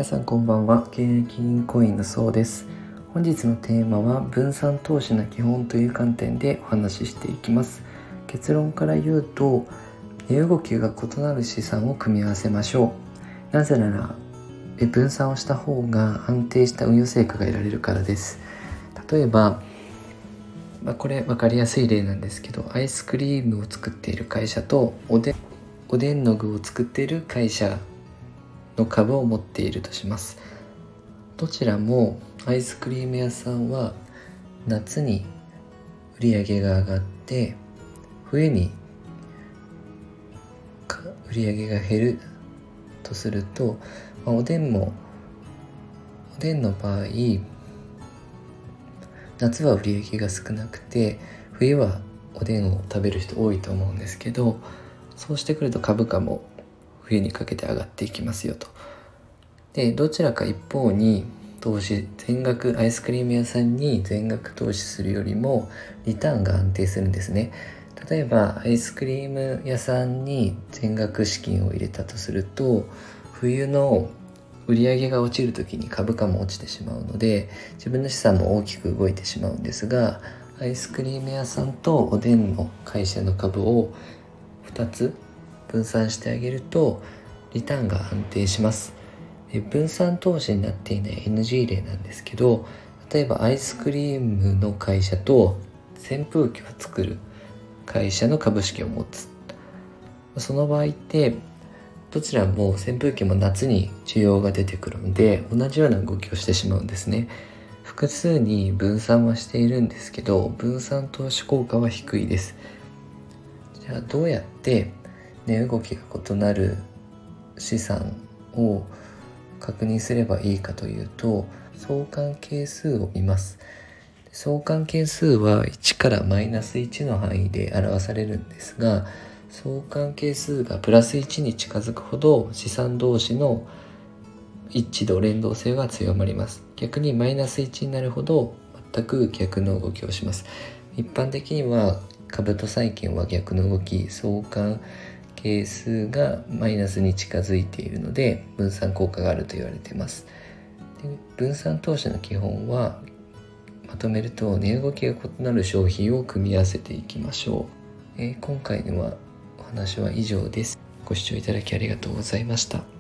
皆さんこんばんは。経営金コインのそうです。本日のテーマは分散投資の基本という観点でお話ししていきます。結論から言うと、値動きが異なる資産を組み合わせましょう。なぜなら分散をした方が安定した運用成果が得られるからです。例えば、これ分かりやすい例なんですけど、アイスクリームを作っている会社とおでんの具を作っている会社の株を持っているとします。どちらもアイスクリーム屋さんは夏に売り上げが上がって冬に売り上げが減るとすると、おでんの場合夏は売り上げが少なくて冬はおでんを食べる人多いと思うんですけど、そうしてくると株価も冬にかけて上がっていきますよと。で、どちらか一方に全額アイスクリーム屋さんに全額投資するよりもリターンが安定するんですね。例えばアイスクリーム屋さんに全額資金を入れたとすると、冬の売上が落ちる時に株価も落ちてしまうので自分の資産も大きく動いてしまうんですが、アイスクリーム屋さんとおでんの会社の株を2つ分散してあげるとリターンが安定します。分散投資になっていない NG 例なんですけど、例えばアイスクリームの会社と扇風機を作る会社の株式を持つ。その場合ってどちらも扇風機も夏に需要が出てくるので同じような動きをしてしまうんですね。複数に分散はしているんですけど分散投資効果は低いです。じゃあどうやって値動きが異なる資産を確認すればいいかというと、相関係数を見ます。相関係数は1からマイナス1の範囲で表されるんですが、相関係数がプラス1に近づくほど資産同士の一致度連動性が強まります。逆にマイナス1になるほど全く逆の動きをします。一般的には株と債券は逆の動き、相関係数がマイナスに近づいているので分散効果があると言われています。で、分散投資の基本はまとめると値動きが異なる商品を組み合わせていきましょう。今回のお話は以上です。ご視聴いただきありがとうございました。